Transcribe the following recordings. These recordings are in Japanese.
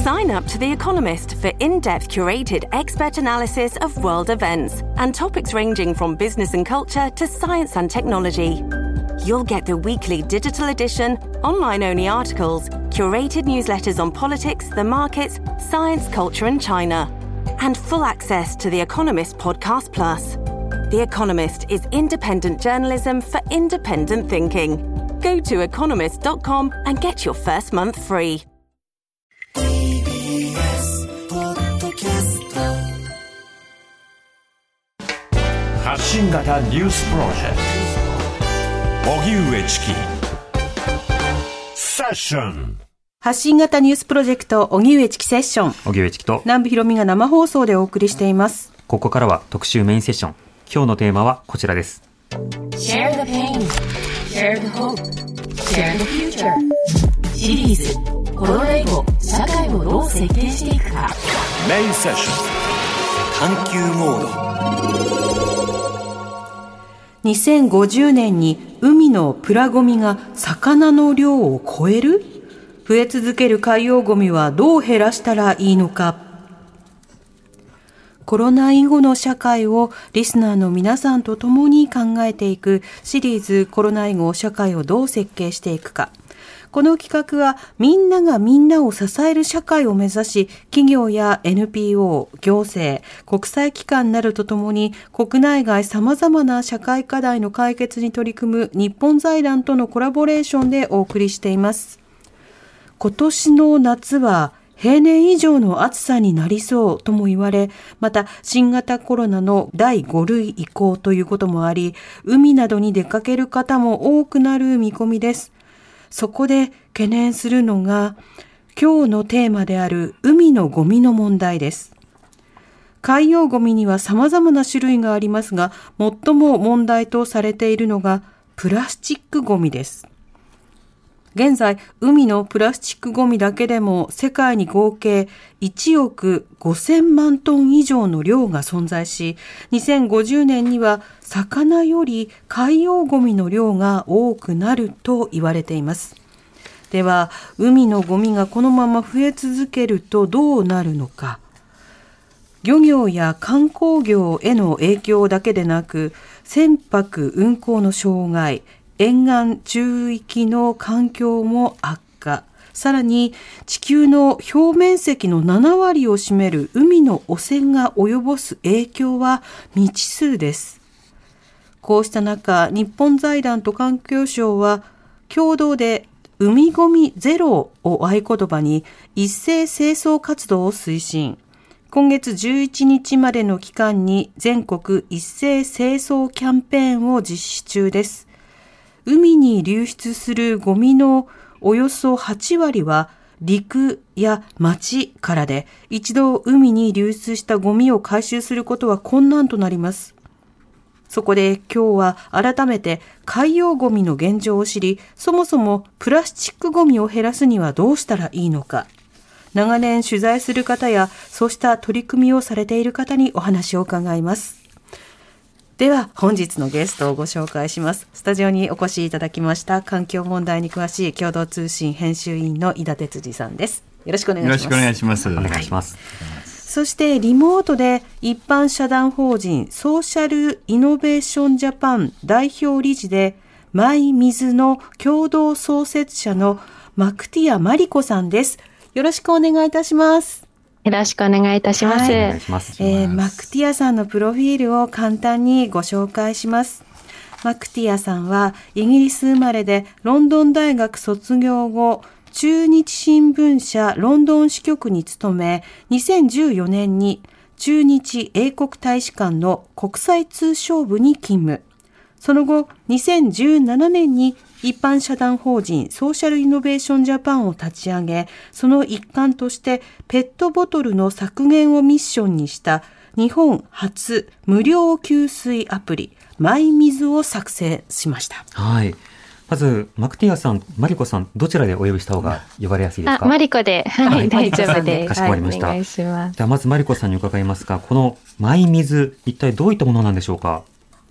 Sign up to The Economist for in-depth curated expert analysis of world events and topics ranging from business and culture to science and technology. You'll get the weekly digital edition, online-only articles, curated newsletters on politics, the markets, science, culture and China, and full access to The Economist Podcast Plus. The Economist is independent journalism for independent thinking. Go to economist.com and get your first month free. TBS ポッドキャスト発信型ニュースプロジェクト荻上チキセッション。 発信型ニュースプロジェクト荻上チキセッション。 荻上チキと南部ひろみが生放送でお送りしています。 ここからは特集メインセッション。今日のテーマはこちらです。 Share the pain, share the hope, share the future シリーズコロナ以後社会をどう設計していくか。 メインセッション探求モード。 2050年に海のプラゴミが魚の量を超える？増え続ける海洋ゴミはどう減らしたらいいのか。コロナ以後の社会をリスナーの皆さんと共に考えていくシリーズコロナ以後社会をどう設計していくか。この企画はみんながみんなを支える社会を目指し、企業や NPO、行政、国際機関などとともに国内外様々な社会課題の解決に取り組む日本財団とのコラボレーションでお送りしています。今年の夏は平年以上の暑さになりそうとも言われ、また新型コロナの第5類移行ということもあり、海などに出かける方も多くなる見込みです。そこで懸念するのが、今日のテーマである海のゴミの問題です。海洋ゴミには様々な種類がありますが、最も問題とされているのがプラスチックゴミです。現在、海のプラスチックゴミだけでも世界に合計1億5000万トン以上の量が存在し、2050年には魚より海洋ゴミの量が多くなると言われています。では、海のゴミがこのまま増え続けるとどうなるのか。漁業や観光業への影響だけでなく、船舶運航の障害、沿岸中域の環境も悪化。さらに地球の表面積の7割を占める海の汚染が及ぼす影響は未知数です。こうした中、日本財団と環境省は共同で海ゴミゼロを合言葉に一斉清掃活動を推進。今月11日までの期間に全国一斉清掃キャンペーンを実施中です。海に流出するゴミのおよそ8割は陸や町からで、一度海に流出したゴミを回収することは困難となります。そこで今日は改めて海洋ゴミの現状を知り、そもそもプラスチックゴミを減らすにはどうしたらいいのか。長年取材する方やそうした取り組みをされている方にお話を伺います。では本日のゲストをご紹介します。スタジオにお越しいただきました環境問題に詳しい共同通信編集員の井田哲司さんです。よろしくお願いします。 よろしくお願いします。 お願いします。 そしてリモートで一般社団法人ソーシャルイノベーションジャパン代表理事でマイミズの共同創設者のマクティア・マリコさんです。よろしくお願いいたします。 よろしくお願いいたします。 お願いします。 マクティアさんのプロフィールを簡単にご紹介します。マクティアさんはイギリス生まれでロンドン大学卒業後、駐日新聞社ロンドン支局に勤め、2014年に駐日英国大使館の国際通商部に勤務。その後、2017年に一般社団法人ソーシャルイノベーションジャパンを立ち上げ、その一環としてペットボトルの削減をミッションにした日本初無料給水アプリマイミズを作成しました。 はい。まずマクティアさん、マリコさん、どちらでお呼びした方が呼ばれやすいですか？ マリコで、はい、大丈夫です。 かしこまりました。 お願いします。 ではまずマリコさんに伺いますが、このマイミズ、一体どういったものなんでしょうか？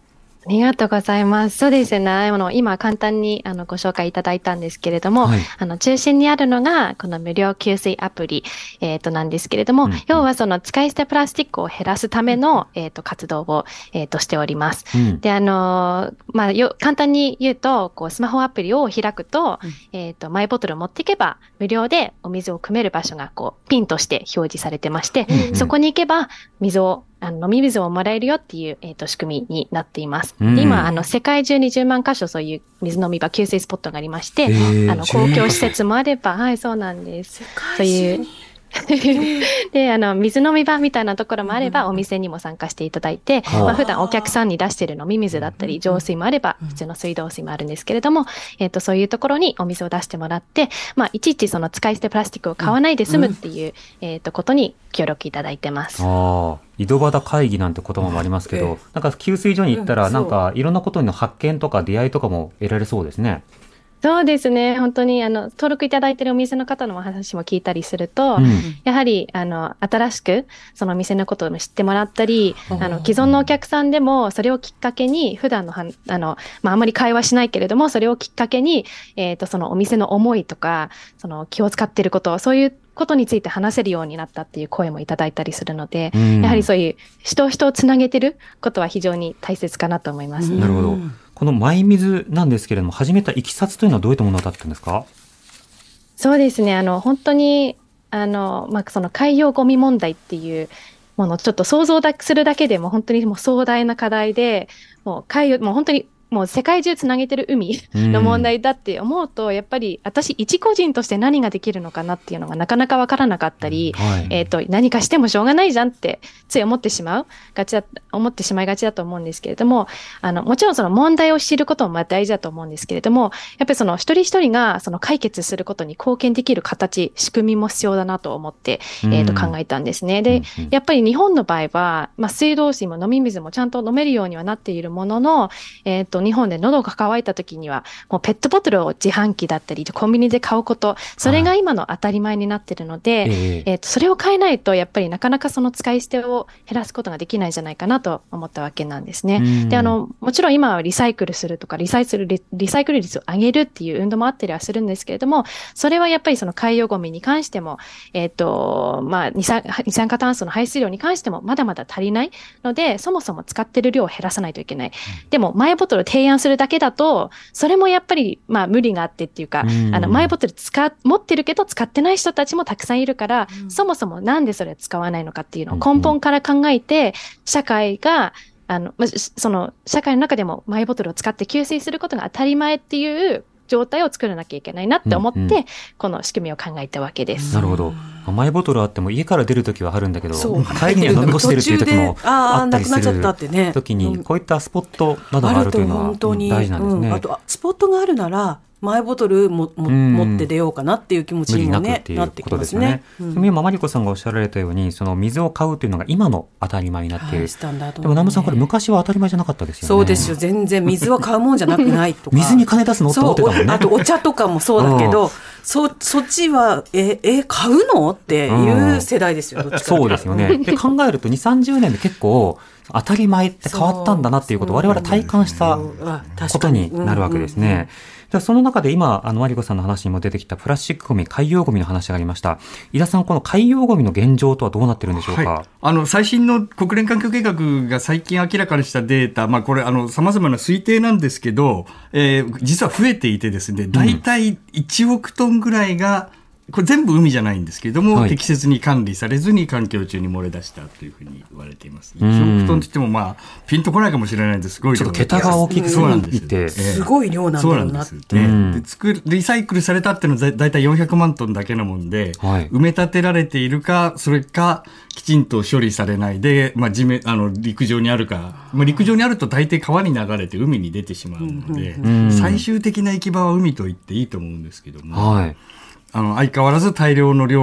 ありがとうございます。そうですね。今簡単にご紹介いただいたんですけれども、中心にあるのがこの無料給水アプリ、なんですけれども、要はその使い捨てプラスチックを減らすための、活動を、しております。で、簡単に言うと、スマホアプリを開くと、マイボトルを持っていけば無料でお水を汲める場所がピンとして表示されてまして、そこに行けば飲み水をもらえるよっていう、仕組みになっています。で今、世界中に10万箇所そういう水飲み場、給水スポットがありまして、公共施設もあれば、はい、そうなんです。そういう、で、水飲み場みたいなところもあれば、お店にも参加していただいて、普段お客さんに出している飲み水だったり、浄水もあれば、普通の水道水もあるんですけれども、そういうところにお水を出してもらって、いちいちその使い捨てプラスチックを買わないで済むっていう、ことに協力いただいてます。 井戸端会議なんて言葉もありますけど、なんか給水所に行ったら、なんかいろんなことの発見とか出会いとかも得られそうですね。 そうですね。本当に、登録いただいているお店の方のお話も聞いたりすると、やはり、新しく、そのお店のことを知ってもらったり、既存のお客さんでも、それをきっかけに、普段のあんまり会話しないけれども、それをきっかけに、そのお店の思いとか、その気を使っていること、そういうことについて話せるようになったっていう声もいただいたりするので、やはりそういう人と人をつなげてることは非常に大切かなと思います。 なるほど。このマイ水なんですけれども、始めたいきさつというのはどういったものだったんですか？ そうですね。本当に、その海洋ゴミ問題っていうものをちょっと想像するだけでも本当にもう壮大な課題で、もう本当にもう世界中つなげてる海の問題だって思うと、やっぱり私一個人として何ができるのかなっていうのがなかなかわからなかったり、何かしてもしょうがないじゃんってつい思ってしまいがちだと思うんですけれども、もちろんその問題を知ることも大事だと思うんですけれども、やっぱりその一人一人がその解決することに貢献できる形、仕組みも必要だなと思って、考えたんですね。で、やっぱり日本の場合は、水道水も飲み水もちゃんと飲めるようにはなっているものの、日本で喉が渇いた時にはもうペットボトルを自販機だったりコンビニで買うこと、それが今の当たり前になっているので、それを変えないとやっぱりなかなかその使い捨てを減らすことができないんじゃないかなと思ったわけなんですね。で、もちろん今はリサイクルするとかリサイクル率を上げるっていう運動もあったりはするんですけれども、それはやっぱりその海洋ゴミに関しても、二酸化炭素の排出量に関してもまだまだ足りないので、そもそも使ってる量を減らさないといけない。でもマイボトル提案するだけだと、それもやっぱり無理があってっていうか、マイボトル持ってるけど使ってない人たちもたくさんいるから、そもそもなんでそれを使わないのかっていうのを根本から考えて、社会がその社会の中でもマイボトルを使って給水することが当たり前っていう状態を作らなきゃいけないなって思って、この仕組みを考えたわけです。 なるほど。マイボトルあっても家から出るときはあるんだけど、帰りには飲み干してるっていう時もあったりする時に、こういったスポットなどがあるというのは大事なんですね。 あとスポットがあるならマイボトル持って出ようかなっていう気持ちにもね、なってきますね。 今マリコさんがおっしゃられたように、その水を買うというのが今の当たり前になっている。でも南部さん、これ昔は当たり前じゃなかったですよね。 そうですよ。全然水は買うもんじゃなくないとか。 水に金出すのって思ってたもんね。 あとお茶とかもそうだけど、そっちは買うのっていう世代ですよ。どっちかそうですよね。で考えると2、30年で結構当たり前って変わったんだなっていうことを我々体感したことになるわけですね。その中で今、マリコさんの話にも出てきたプラスチックゴミ、海洋ゴミの話がありました。井田さん、この海洋ゴミの現状とはどうなってるんでしょうか？ 最新の国連環境計画が最近明らかにしたデータ、これ、様々な推定なんですけど、実は増えていてですね、だいたい1億トンぐらいが、これ全部海じゃないんですけれども、適切に管理されずに環境中に漏れ出したというふうに言われています。1億トンといってもピンとこないかもしれないんです。すごい量。 ちょっと桁が大きくいて、 すごい量なんだろうなって。 リサイクルされたっていうのはだいたい400万トンだけなもんで、埋め立てられているか、それかきちんと処理されないで、陸上にあるか、陸上にあると大抵川に流れて海に出てしまうので、最終的な行き場は海と言っていいと思うんですけども、相変わらず大量の量が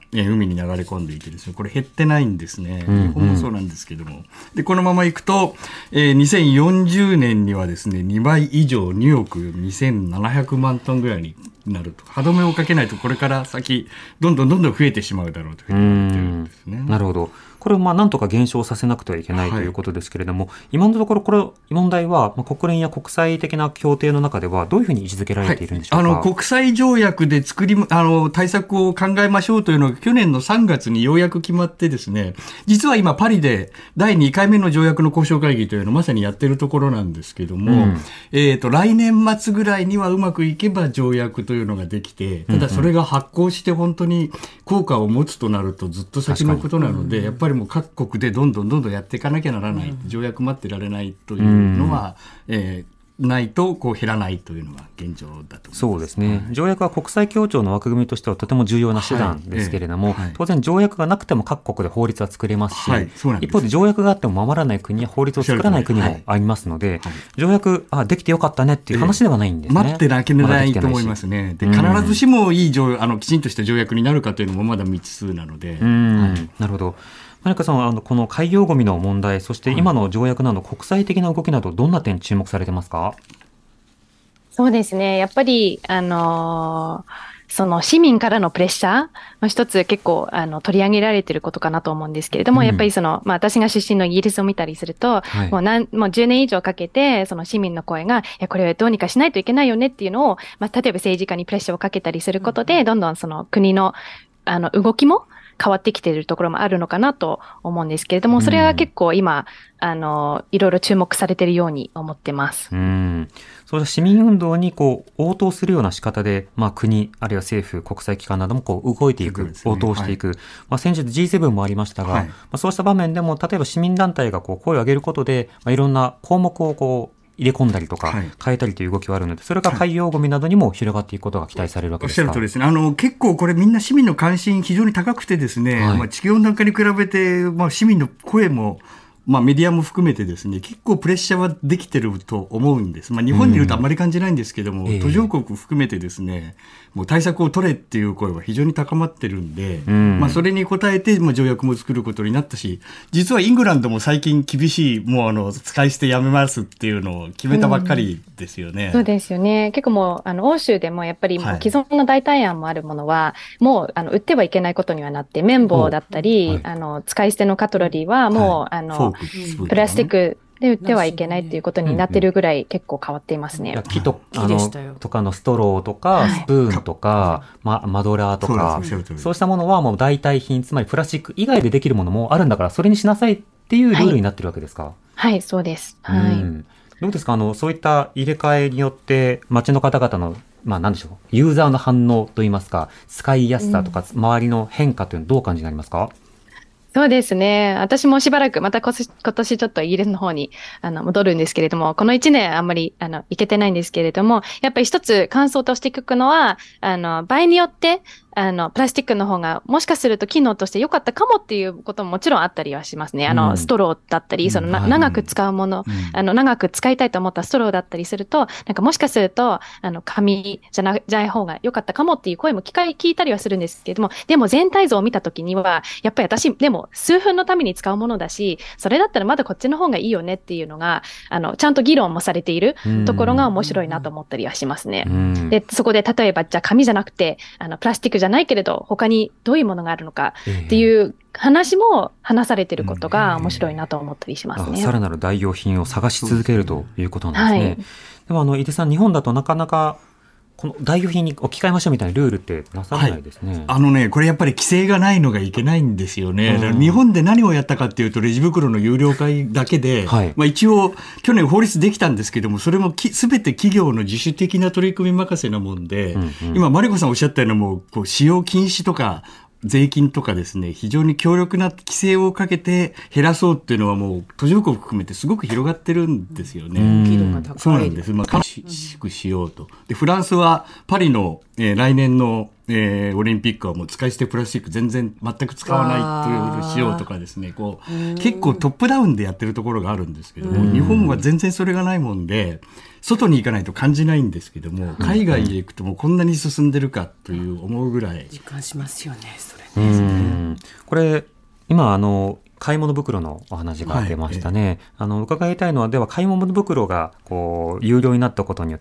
海に流れ込んでいてですね、これ減ってないんですね。日本もそうなんですけども。で、このままいくと、2040年にはですね、2倍以上2億2700万トンぐらいになると。歯止めをかけないとこれから先、どんどん増えてしまうだろうというふうに言ってるんですね。 なるほど。これをなんとか減少させなくてはいけないということですけれども、今のところこれ問題は国連や国際的な協定の中ではどういうふうに位置づけられているんでしょうか。 国際条約で対策を考えましょうというのが去年の3月にようやく決まってですね、実は今パリで第2回目の条約の交渉会議というのをまさにやってるところなんですけども、来年末ぐらいにはうまくいけば条約というのができて、ただそれが発効して本当に効果を持つとなるとずっと先のことなので、やっぱりもう各国でどんどんやっていかなきゃならない、条約待ってられないというのは、ないと減らないというのが現状だと思います。 そうですね。条約は国際協調の枠組みとしてはとても重要な手段ですけれども、当然条約がなくても各国で法律は作れますし、一方で条約があっても守らない国や法律を作らない国もありますので、条約できてよかったねっていう話ではないんですね。 待ってなきゃないと思いますね。で、必ずしもいいきちんとした条約になるかというのもまだ未知数なので。 なるほど。マリカさんはこの海洋ゴミの問題、そして今の条約など国際的な動きなどどんな点注目されてますか？ そうですね。やっぱり、その市民からのプレッシャーの一つ結構取り上げられていることかなと思うんですけれども、やっぱり私が出身のイギリスを見たりすると、もう10年以上かけてその市民の声が、これはどうにかしないといけないよねっていうのを、例えば政治家にプレッシャーをかけたりすることで、どんどんその国の動きも変わってきているところもあるのかなと思うんですけれども、それは結構今、いろいろ注目されているように思ってます。 そうした市民運動に応答するような仕方で、国、あるいは政府、国際機関なども動いていく、応答していく。先日 G7 もありましたが、そうした場面でも、例えば市民団体が声を上げることで、いろんな項目を入れ込んだりとか変えたりという動きはあるので、それが海洋ゴミなどにも広がっていくことが期待されるわけですか？ おっしゃるとおりですね。結構これみんな市民の関心非常に高くてですね、地球温暖化に比べて、市民の声もメディアも含めてですね、結構プレッシャーはできてると思うんです。日本にいるとあんまり感じないんですけども、途上国含めてですね、もう対策を取れっていう声は非常に高まってるんで、それに応えて、条約も作ることになったし、実はイングランドも最近厳しい、もう使い捨てやめますっていうのを決めたばっかりですよね。 そうですよね。結構もう、欧州でもやっぱりもう既存の代替案もあるものは、もう、売ってはいけないことにはなって、綿棒だったり、使い捨てのカトラリーはもう、プラスチックで売ってはいけないっていうことになってるぐらい結構変わっていますね。 木とかのストローとか、スプーンとか、マドラーとか、そうしたものはもう代替品、つまりプラスチック以外でできるものもあるんだから、それにしなさいっていうルールになってるわけですか？ はい、そうです。 どうですか？そういった入れ替えによって、街の方々の、なんでしょう、ユーザーの反応といいますか、使いやすさとか、周りの変化というのはどうお感じになりますか？ そうですね。私もしばらくまた今年ちょっとイギリスの方に戻るんですけれども、この1年あんまり行けてないんですけれども、やっぱり一つ感想として聞くのは、場合によってプラスチックの方がもしかすると機能として良かったかもっていうことももちろんあったりはしますね。ストローだったり、長く使うもの、長く使いたいと思ったストローだったりすると、もしかすると、紙じゃない方が良かったかもっていう声も聞いたりはするんですけれども、でも全体像を見たときには、やっぱり私、でも数分のために使うものだし、それだったらまだこっちの方がいいよねっていうのが、ちゃんと議論もされているところが面白いなと思ったりはしますね。で、そこで例えば、じゃあ紙じゃなくて、プラスチックじゃないけれど、他にどういうものがあるのかっていう話も話されていることが面白いなと思ったりしますね。 さらなる代用品を探し続けるということなんですね。でも井出さん、日本だとなかなかこの代用品に置き換えましょうみたいなルールってなさらないですね。 これやっぱり規制がないのがいけないんですよね。日本で何をやったかっていうと、レジ袋の有料化だけで、一応去年法律できたんですけども、それもすべて企業の自主的な取り組み任せなもんで、今マリコさんおっしゃったようなもう使用禁止とか税金とかですね、非常に強力な規制をかけて減らそうっていうのはもう途上国含めてすごく広がってるんですよね。そうなんです。厳しくしようと。で、フランスはパリの、来年の、オリンピックはもう使い捨てプラスチック全く使わないとしようとかですね、結構トップダウンでやってるところがあるんですけども、日本は全然それがないもんで、外に行かないと感じないんですけども、海外へ行くともうこんなに進んでるかという思うぐらい。 実感しますよね、それね。 これ、今、買い物袋のお話が出ましたね。伺いたいのは、では買い物袋が有料になったことによって、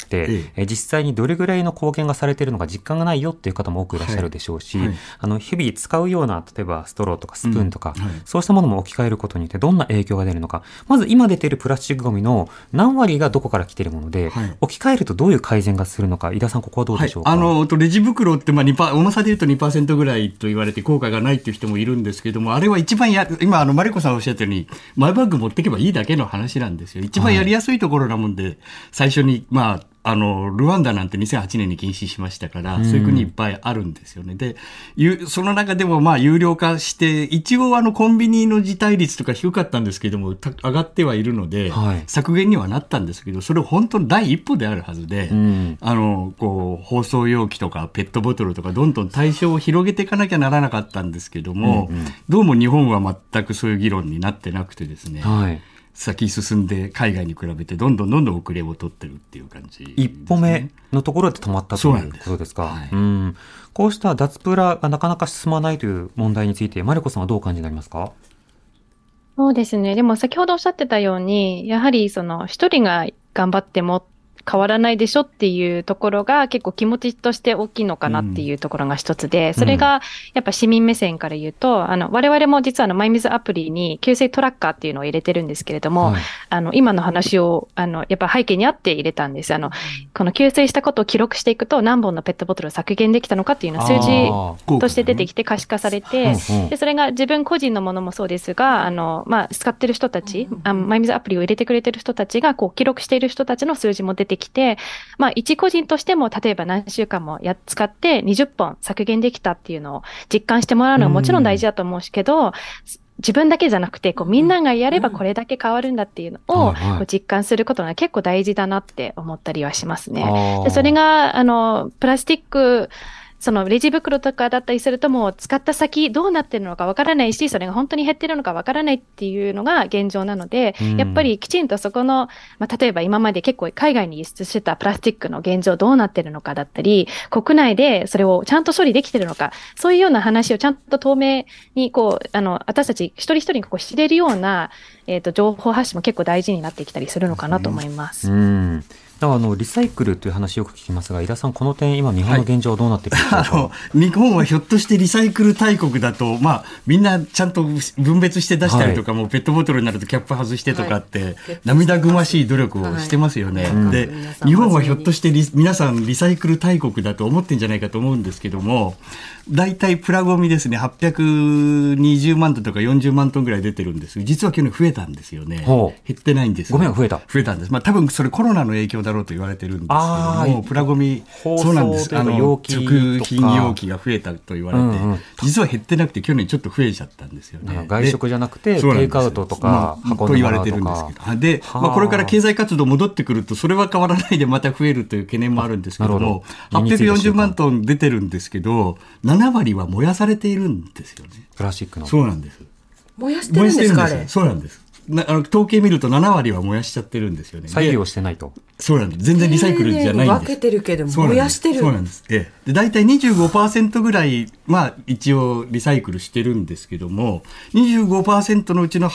実際にどれぐらいの貢献がされているのか実感がないよっていう方も多くいらっしゃるでしょうし、日々使うような、例えばストローとかスプーンとか、そうしたものも置き換えることによってどんな影響が出るのか。まず今出ているプラスチックゴミの何割がどこから来ているもので、置き換えるとどういう改善がするのか、井田さん、ここはどうでしょうか。 レジ袋って、重さで言うと 2% ぐらいと言われて効果がないっていう人もいるんですけども、あれは一番今マリコさんおっしゃったように、マイバッグ持ってけばいいだけの話なんですよ。一番やりやすいところなもんで、最初に、ルワンダなんて2008年に禁止しましたから、そういう国いっぱいあるんですよね。で、その中でも有料化して、一応コンビニの辞退率とか低かったんですけども、上がってはいるので、削減にはなったんですけど、それ本当に第一歩であるはずで、包装容器とかペットボトルとかどんどん対象を広げていかなきゃならなかったんですけども、どうも日本は全くそういう議論になってなくてですね、先進んで海外に比べてどんどん遅れを取ってるっていう感じ、 一歩目のところで止まったということですか。こうした脱プラがなかなか進まないという問題について、マリコさんはどうお感じになりますか。 そうですね。でも先ほどおっしゃってたように、やはり一人が頑張っても変わらないでしょっていうところが結構気持ちとして大きいのかなっていうところが一つで、それがやっぱ市民目線から言うと、我々も実はマイミズアプリに給水トラッカーっていうのを入れてるんですけれども、今の話を、やっぱ背景にあって入れたんです。この給水したことを記録していくと何本のペットボトルを削減できたのかっていうのは数字として出てきて可視化されて、で、それが自分個人のものもそうですが、使ってる人たち、マイミズアプリを入れてくれてる人たちが記録している人たちの数字も出てきて、一個人としても例えば何週間も使って20本削減できたっていうのを実感してもらうのはもちろん大事だと思うけど、自分だけじゃなくてみんながやればこれだけ変わるんだっていうのを実感することが結構大事だなって思ったりはしますね。で、それがプラスチックレジ袋とかだったりするともう使った先どうなってるのかわからないし、それが本当に減ってるのかわからないっていうのが現状なので、やっぱりきちんとそこの、例えば今まで結構海外に輸出してたプラスチックの現状どうなってるのかだったり、国内でそれをちゃんと処理できてるのか、そういうような話をちゃんと透明に私たち一人一人が知れるような、情報発信も結構大事になってきたりするのかなと思います。 だからリサイクルという話よく聞きますが、井田さん、この点今日本の現状はどうなっているんでしょうか。 日本はひょっとしてリサイクル大国だと、みんなちゃんと分別して出したりとか、もうペットボトルになるとキャップ外してとかって、涙ぐましい努力をしてますよね。で、日本はひょっとして皆さんリサイクル大国だと思ってんじゃないかと思うんですけども、大体プラゴミですね、820万トンとか40万トンぐらい出てるんです。実は去年増えたんですよね。減ってないんです。 ゴミが増えたんです。多分それコロナの影響だろうと言われてるんですけども、プラゴミ、そうなんです。食品容器が増えたと言われて、実は減ってなくて去年ちょっと増えちゃったんですよね。 外食じゃなくてテイクアウトとか運んでもらうとかと言われてるんですけど。で、これから経済活動戻ってくると、それは変わらないでまた増えるという懸念もあるんですけども、840万トン出てるんですけど、7割は燃やされているんですよね。 プラスチックの。 そうなんです。 燃やしてるんですか、あれ。 そうなんです。統計見ると7割は燃やしちゃってるんですよね。 再利用してないと。 そうなんです。全然リサイクルじゃないんです。 分けてるけど燃やしてる。 そうなんです。で、大体 25% ぐらい、一応リサイクルしてるんですけども、25% のうちの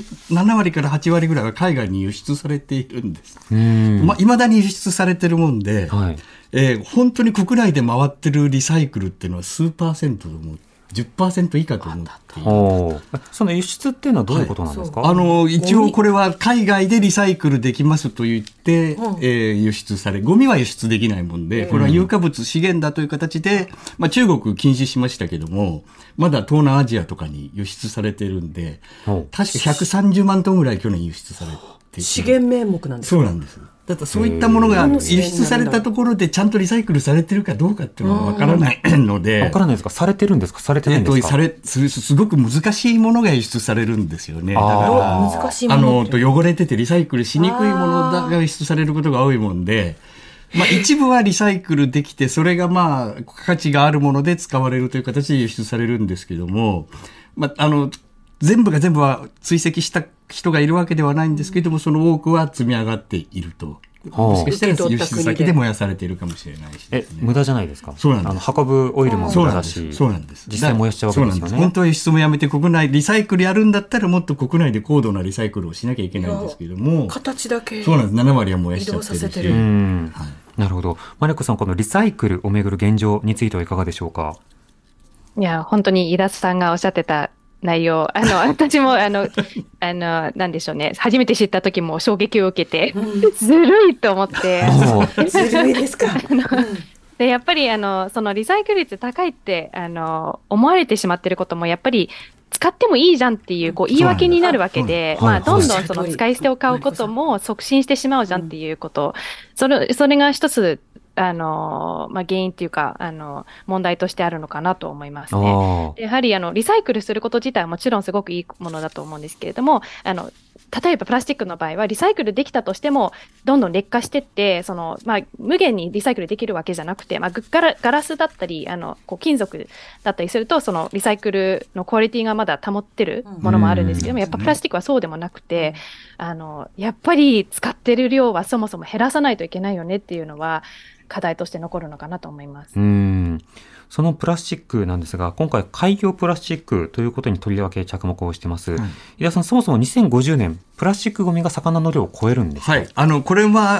7割から8割ぐらいは海外に輸出されているんです。未だに輸出されてるもんで、本当に国内で回ってるリサイクルっていうのは数%と思って、10% 以下と思っている。 その輸出っていうのはどういうことなんですか。 一応これは海外でリサイクルできますと言って、輸出され、ゴミは輸出できないもんで、これは有価物資源だという形で、中国禁止しましたけども、まだ東南アジアとかに輸出されてるんで、確か130万トンぐらい去年輸出されていて。 資源名目なんですか。 そうなんです。だからそういったものが輸出されたところでちゃんとリサイクルされてるかどうかっていうのは分からないので。 分からないですか。されてるんですか、されてないんですか。 すごく難しいものが輸出されるんですよね。だから難しいもの汚れててリサイクルしにくいものが輸出されることが多いもんで、一部はリサイクルできて、それが価値があるもので使われるという形で輸出されるんですけども、全部は追跡した人がいるわけではないんですけども、その多くは積み上がっているともしかしたら輸出先で燃やされているかもしれないしですね、 無駄じゃないですか。 そうなんです。 運ぶオイルも無駄だし、 そうなんです。 実際燃やしちゃうわけですよね。 本当は輸出もやめて国内リサイクルやるんだったらもっと国内で高度なリサイクルをしなきゃいけないんですけども、 形だけそうなんです。7割は燃やしちゃってるし。 なるほど。マリコさん、このリサイクルをめぐる現状についてはいかがでしょうか。 いや、本当に井田さんがおっしゃってた内容、私も、なんでしょうね、初めて知った時も衝撃を受けて、ずるいと思って。 ずるいですか。 で、やっぱり、そのリサイクル率高いって、思われてしまっていることも、やっぱり、使ってもいいじゃんっていう、言い訳になるわけで、まあ、どんどんその使い捨てを買うことも促進してしまうじゃんっていうこと。それが一つ、原因っていうか、問題としてあるのかなと思いますね。やはり、リサイクルすること自体はもちろんすごくいいものだと思うんですけれども、例えばプラスチックの場合はリサイクルできたとしてもどんどん劣化してって、無限にリサイクルできるわけじゃなくて、ガラスだったり金属だったりするとそのリサイクルのクオリティがまだ保ってるものもあるんですけども、やっぱプラスチックはそうでもなくて、やっぱり使ってる量はそもそも減らさないといけないよねっていうのは課題として残るのかなと思います。 そのプラスチックなんですが、今回海洋プラスチックということにとりわけ着目をしています。井田さん、そもそも2050年プラスチックゴミが魚の量を超えるんですか。 これは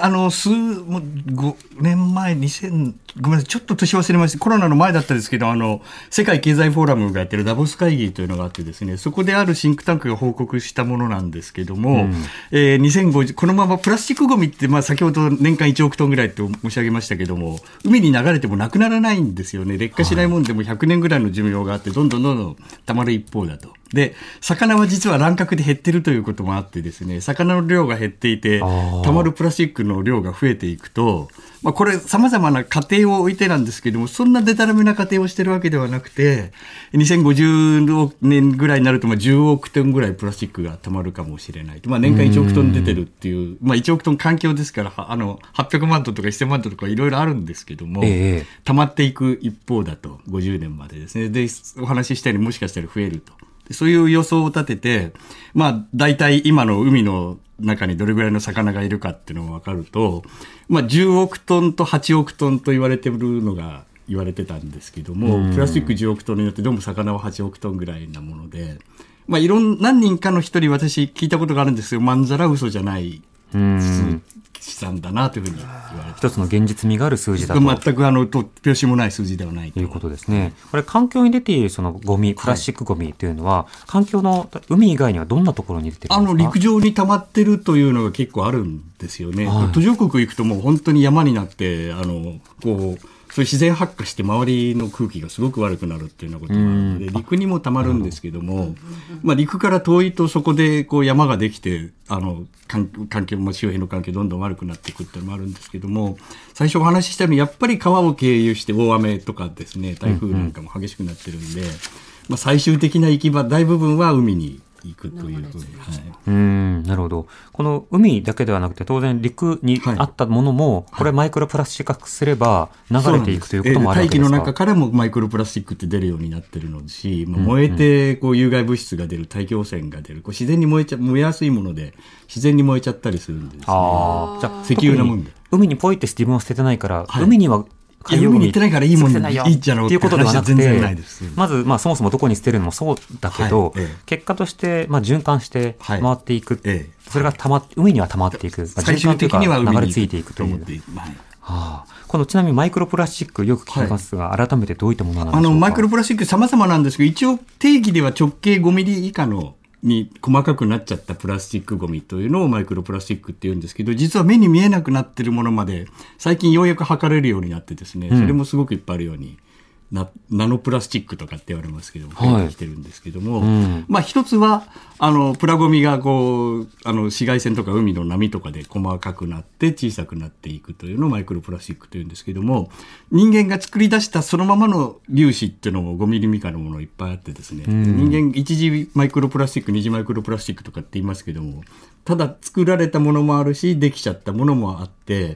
5年前ごめんなさい、ちょっと年忘れました。コロナの前だったんですけど、世界経済フォーラムがやってるダボス会議というのがあってですね、そこであるシンクタンクが報告したものなんですけども、2050このままプラスチックゴミって、先ほど年間1億トンぐらいと申し上げましたけども、海に流れてもなくならないんですよね。劣化しないもんでも100年ぐらいの寿命があって、どんどん溜まる一方だと。で、魚は実は乱獲で減ってるということもあってですね、魚の量が減っていて、溜まるプラスチックの量が増えていくと、これ様々な過程を置いてなんですけども、そんなデタラメな過程をしてるわけではなくて、2050年ぐらいになると10億トンぐらいプラスチックが溜まるかもしれない。年間1億トン出てるっていう、1億トン環境ですから、800万トンとか1000万トンとかいろいろあるんですけども、溜まっていく一方だと、50年までですね。で、お話ししたようにもしかしたら増えると。そういう予想を立てて、大体今の海の中にどれぐらいの魚がいるかっていうのが分かると、10億トンと8億トンと言われてるのが言われてたんですけども、プラスチック10億トンによってどうも魚は8億トンぐらいなもので、何人かの一人私聞いたことがあるんですけど、まんざら嘘じゃない資産だなというふうに言われて、 一つの現実味がある数字だと。 全く突拍子もない数字ではないということですね。これ環境に出ているそのゴミ、プラスチックゴミというのは、環境の海以外にはどんなところに出てるんですか。 陸上に溜まってるというのが結構あるんですよね。途上国行くともう本当に山になって、そういう自然発火して周りの空気がすごく悪くなるっていうようなことがあるので、陸にもたまるんですけども、陸から遠いとそこで山ができて、環境も周辺の環境どんどん悪くなっていくっていうのもあるんですけども、最初お話ししたようにやっぱり川を経由して大雨とかですね、台風なんかも激しくなってるんで、最終的な行き場、大部分は海に行くというふうに。 なるほど。この海だけではなくて当然陸にあったものも、これマイクロプラスチック化すれば流れていくということもあるわけですか。 大気の中からもマイクロプラスチックって出るようになってるのし、燃えて有害物質が出る、大気汚染が出る、自然に燃えやすいもので自然に燃えちゃったりするんですね。じゃあ石油なもんで海にポイって自分を捨ててないから、海には海に行ってないからいいもんでいいじゃろうっていうことではなくて、 全然ないです。 まず、そもそもどこに捨てるのもそうだけど、結果として、循環して回っていく。それが海には溜まっていく。 最終的には流れ着いていくという。このちなみにマイクロプラスチックよく聞きますが、改めてどういったものなんでしょうか。 マイクロプラスチック様々なんですけど、一応定義では直径5ミリ以下のに細かくなっちゃったプラスチックゴミというのをマイクロプラスチックって言うんですけど、実は目に見えなくなってるものまで最近ようやく測れるようになってですね、それもすごくいっぱいあるようにナノプラスチックとかって言われますけども、増えてきてるんですけども、一つはプラゴミが紫外線とか海の波とかで細かくなって小さくなっていくというのをマイクロプラスチックというんですけども、人間が作り出したそのままの粒子っていうのも5ミリ以下のものいっぱいあってですね、人間一次マイクロプラスチック、二次マイクロプラスチックとかって言いますけども、ただ作られたものもあるしできちゃったものもあって、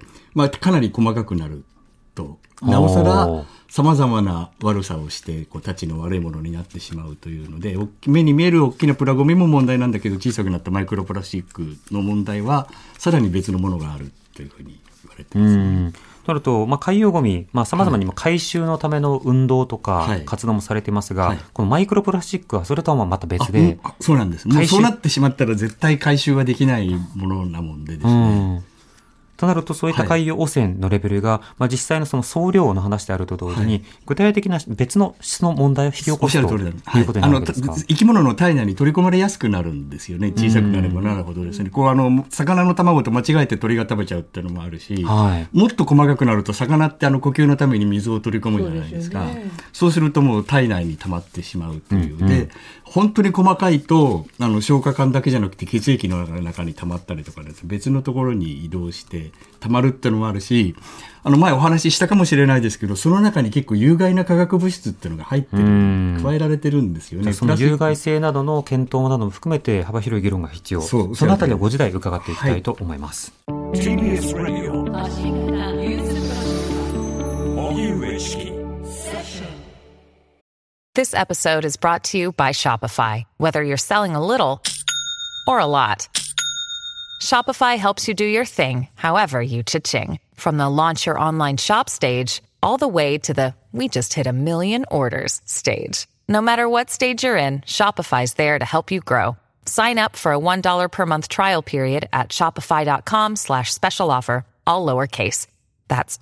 かなり細かくなると、なおさら様々な悪さをしてたちの悪いものになってしまうというので、目に見える大きなプラゴミも問題なんだけど、小さくなったマイクロプラスチックの問題はさらに別のものがあるっというふうに言われてますね。 となると、海洋ゴミ、様々に回収のための運動とか活動もされていますが、このマイクロプラスチックはそれとはまた別で。 そうなんです。もうそうなってしまったら絶対回収はできないものなもんでですね。 となると、そういった海洋汚染のレベルが、実際のその総量の話であると同時に、具体的な別の質の問題を引き起こすということになるわけですか。 生き物の体内に取り込まれやすくなるんですよね。小さくなればなるほどですね。魚の卵と間違えて鳥が食べちゃうっていうのもあるし、もっと細かくなると、魚って呼吸のために水を取り込むじゃないですか。そうするともう体内に溜まってしまうという。で、本当に細かいと、消化管だけじゃなくて血液の中に溜まったりとかですね、別のところに移動して溜まるっていうのもあるし、前お話ししたかもしれないですけど、その中に結構有害な化学物質っていうのが入ってる、加えられてるんですよね。 その有害性などの検討なども含めて幅広い議論が必要。そのあたりは5時台伺っていきたいと思います。 TBS Radio 荻上チキ。 This episode is brought to you by Shopify. Whether you're selling a little or a lot, Shopify helps you do your thing, however you cha-ching. From the launch your online shop stage, all the way to the we just hit a million orders stage. No matter what stage you're in, Shopify's there to help you grow. Sign up for a $1 per month trial period at shopify.com/special offer, all lowercase. That's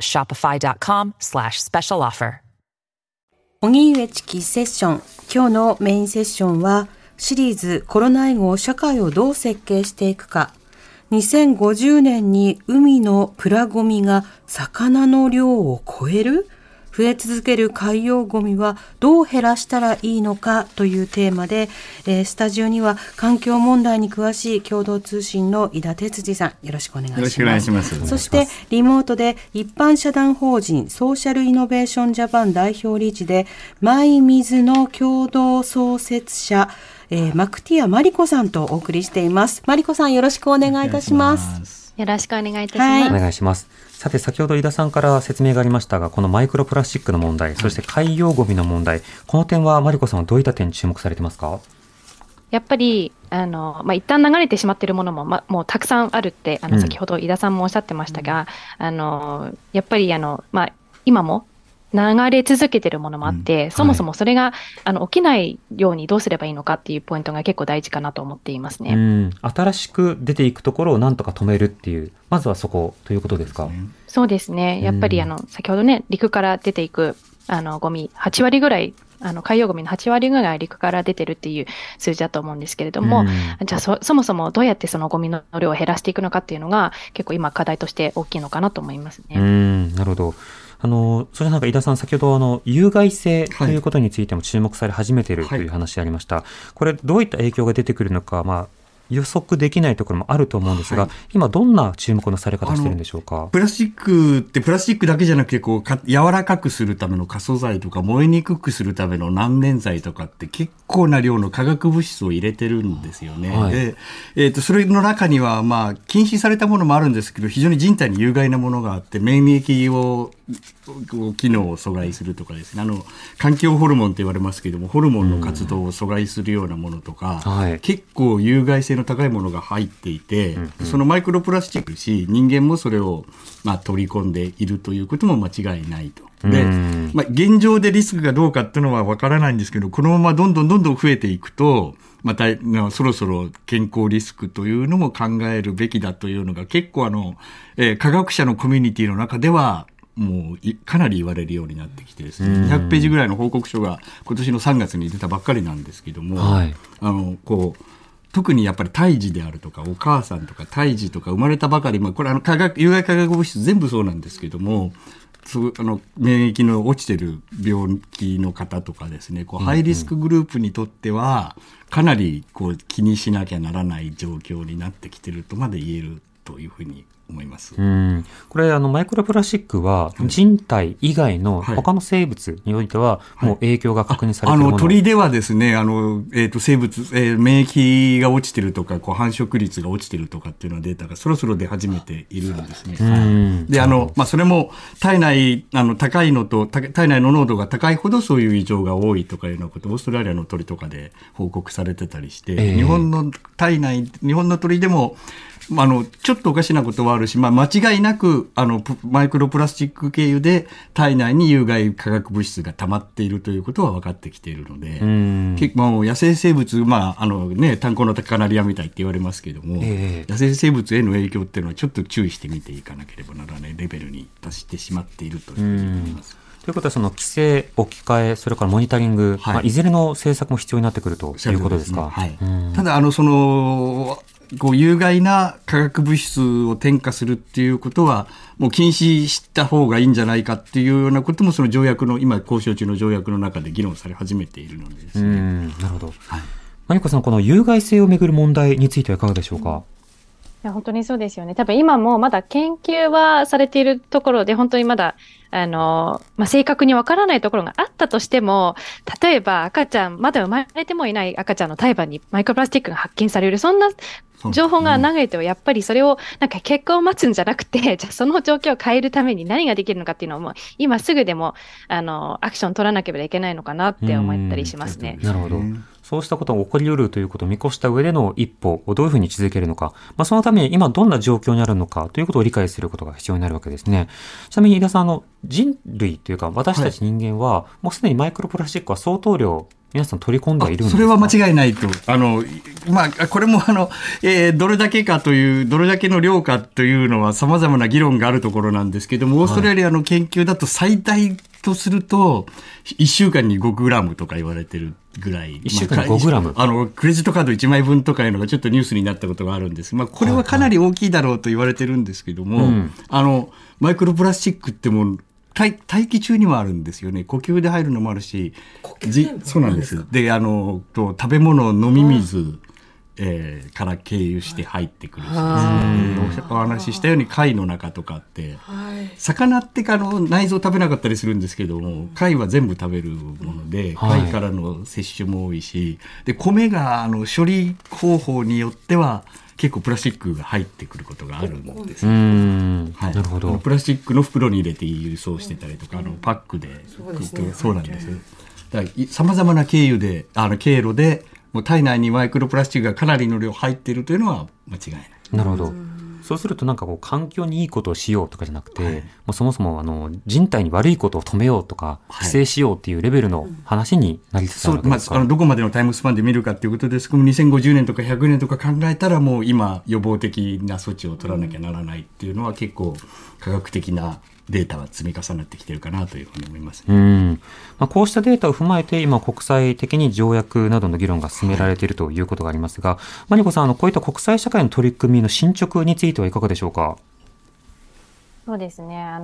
shopify.com/special offer. 荻上チキセッション。今日のメインセッションはシリーズコロナ以後社会をどう設計していくか。2050年に海のプラゴミが魚の量を超える？増え続ける海洋ゴミはどう減らしたらいいのかというテーマで、スタジオには環境問題に詳しい共同通信の井田哲司さん、よろしくお願いします。 よろしくお願いします。 そしてリモートで一般社団法人ソーシャルイノベーションジャパン代表理事でマイミズの共同創設者、マクティアマリコさんとお送りしています。マリコさん、よろしくお願いいたします。 よろしくお願いいたします。 お願いします。さて、先ほど井田さんから説明がありましたが、このマイクロプラスチックの問題、そして海洋ゴミの問題、この点はマリコさんはどういった点に注目されてますか？ やっぱり一旦流れてしまっているものも、もうたくさんあるって先ほど井田さんもおっしゃってましたが、やっぱり今も流れ続けているものもあって、そもそもそれが起きないようにどうすればいいのかっていうポイントが結構大事かなと思っていますね。 新しく出ていくところをなんとか止めるっていう、まずはそこということですか？ そうですね。やっぱり先ほどね、陸から出ていくゴミ8割ぐらい、海洋ゴミの8割ぐらい陸から出てるっていう数字だと思うんですけれども、じゃあそもそもどうやってそのゴミの量を減らしていくのかっていうのが結構今課題として大きいのかなと思いますね。 なるほど。それなんか井田さん、先ほど有害性ということについても注目され始めているという話ありました。これどういった影響が出てくるのか、予測できないところもあると思うんですが、今どんな注目のされ方してるんでしょうか？ プラスチックってプラスチックだけじゃなくて柔らかくするための可塑剤とか燃えにくくするための難燃剤とかって結構な量の化学物質を入れてるんですよね。で、それの中には禁止されたものもあるんですけど、非常に人体に有害なものがあって免疫を機能を阻害するとかですね、環境ホルモンと言われますけれども、ホルモンの活動を阻害するようなものとか、結構有害性の高いものが入っていて、そのマイクロプラスチックし、人間もそれを取り込んでいるということも間違いないと。で、現状でリスクがどうかっていうのは分からないんですけど、このままどんどん増えていくと、またそろそろ健康リスクというのも考えるべきだというのが結構科学者のコミュニティの中ではもうかなり言われるようになってきてですね、200ページぐらいの報告書が今年の3月に出たばっかりなんですけども、特にやっぱり胎児であるとかお母さんとか胎児とか生まれたばかり、これ有害化学物質全部そうなんですけども、免疫の落ちてる病気の方とかですね、ハイリスクグループにとってはかなり気にしなきゃならない状況になってきてるとまで言えるというふうに思います。 これマイクロプラスチックは人体以外の他の生物においてはもう影響が確認されているもの、 鳥ではですね、生物、免疫が落ちてるとか繁殖率が落ちてるとかっていうのデータがそろそろ出始めているんですね。で、それも体内高いのと体内の濃度が高いほどそういう異常が多いとかいうようなことをオーストラリアの鳥とかで報告されてたりして、日本の鳥でもちょっとおかしなことはあるし、間違いなくマイクロプラスチック経由で体内に有害化学物質が溜まっているということは分かってきているので、もう野生生物、炭鉱のカナリアみたいって言われますけども、野生生物への影響っていうのはちょっと注意して見ていかなければならないレベルに達してしまっているというふうに思います。 ということは、その規制、置き換え、それからモニタリング、いずれの政策も必要になってくるということですか。 ただ有害な化学物質を添加するっていうことはもう禁止した方がいいんじゃないかっていうようなことも、その条約の今交渉中の条約の中で議論され始めているのでですね。 なるほど。マリコさん、この有害性をめぐる問題についてはいかがでしょうか。 いや本当にそうですよね。多分今もまだ研究はされているところで、本当にまだ正確にわからないところがあったとしても、例えば赤ちゃん、まだ生まれてもいない赤ちゃんの胎盤にマイクロプラスチックが発見される、そんな情報が流れては、やっぱりそれを結果を待つんじゃなくて、じゃあその状況を変えるために何ができるのかっていうのをもう今すぐでもアクション取らなければいけないのかなって思ったりしますね。 なるほど。そうしたことが起こり得るということを見越した上での一歩をどういうふうに位置づけるのか、そのために今どんな状況にあるのかということを理解することが必要になるわけですね。ちなみに飯田さん、人類というか私たち人間は、もうすでにマイクロプラスチックは相当量皆さん取り込んでいるんですか。 それは間違いないと。これもどれだけかという、どれだけの量かというのは様々な議論があるところなんですけども、オーストラリアの研究だと最大とすると、1週間に5グラムとか言われてるぐらい。 1週間に5グラム、 クレジットカード1枚分とかいうのがちょっとニュースになったことがあるんです。これはかなり大きいだろうと言われてるんですけども、マイクロプラスチックってもう、大気中にもあるんですよね。呼吸で入るのもあるし、そうなんです。で、食べ物、飲み水、から経由して入ってくるしですね。お話ししたように貝の中とかって、魚って内臓食べなかったりするんですけども、貝は全部食べるもので、貝からの摂取も多いし、で、米が処理方法によっては、結構プラスチックが入ってくることがあるんですよ。 なるほど。 プラスチックの袋に入れて輸送してたりとか、パックで、そうなんです。だから様々な経路で、もう体内にマイクロプラスチックがかなりの量入っているというのは間違いない。 なるほど。そうすると環境にいいことをしようとかじゃなくて、もうそもそも人体に悪いことを止めようとか、規制しようっていうレベルの話になりつつあるわけですか。 どこまでのタイムスパンで見るかということですけども、2050年とか100年とか考えたら、もう今予防的な措置を取らなきゃならないっていうのは、結構科学的なデータは積み重なってきているかなというふうに思いますね。 こうしたデータを踏まえて今国際的に条約などの議論が進められているということがありますが、マリコさん、こういった国際社会の取り組みの進捗についてはいかがでしょうか。 そうですね。や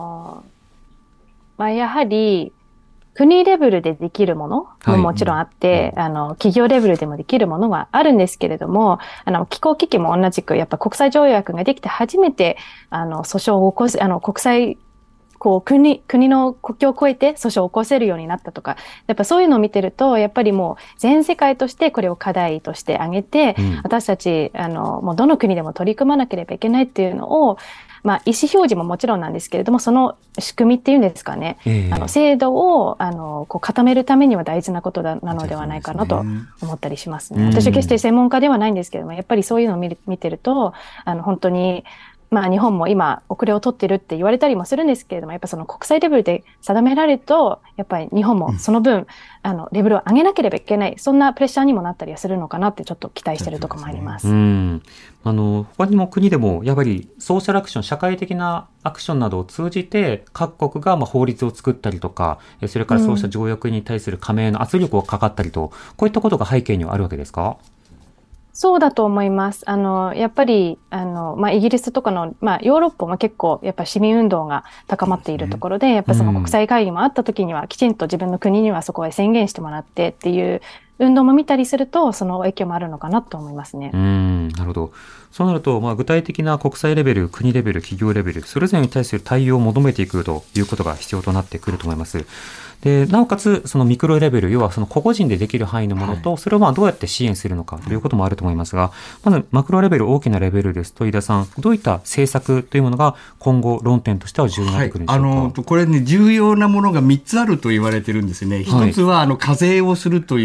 はり国レベルでできるものももちろんあって、企業レベルでもできるものはあるんですけれども、気候危機も同じく、やっぱ国際条約ができて初めて、訴訟を起こす、国際、国の国境を越えて訴訟を起こせるようになったとか、やっぱそういうのを見てると、やっぱりもう全世界としてこれを課題として挙げて、私たち、もうどの国でも取り組まなければいけないっていうのを、意思表示ももちろんなんですけれども、その仕組みっていうんですかね、制度を固めるためには大事なことなのではないかなと思ったりしますね。私は決して専門家ではないんですけれども、やっぱりそういうのを見てると、本当に、日本も今遅れを取ってるって言われたりもするんですけれども、やっぱその国際レベルで定められると、やっぱり日本もその分、レベルを上げなければいけない、そんなプレッシャーにもなったりはするのかなってちょっと期待してるところもあります。 他にも国でもやはりソーシャルアクション、社会的なアクションなどを通じて各国が法律を作ったりとか、それからそうした条約に対する加盟の圧力をかかったりと、こういったことが背景にはあるわけですか？ そうだと思います。やっぱり、イギリスとかの、ヨーロッパも結構、やっぱり市民運動が高まっているところで、やっぱその国際会議もあった時には、きちんと自分の国にはそこへ宣言してもらってっていう運動も見たりすると、その影響もあるのかなと思いますね。 なるほど。そうなると、具体的な国際レベル、国レベル、企業レベル、それぞれに対する対応を求めていくということが必要となってくると思います。で、なおかつ、そのミクロレベル、要はその個々人でできる範囲のものと、それをどうやって支援するのかということもあると思いますが、まずマクロレベル、大きなレベルですと、飯田さん、どういった政策というものが今後論点としては重要になってくるんでしょうか？ これね、重要なものが3つあると言われてるんですね。1つは、課税をするという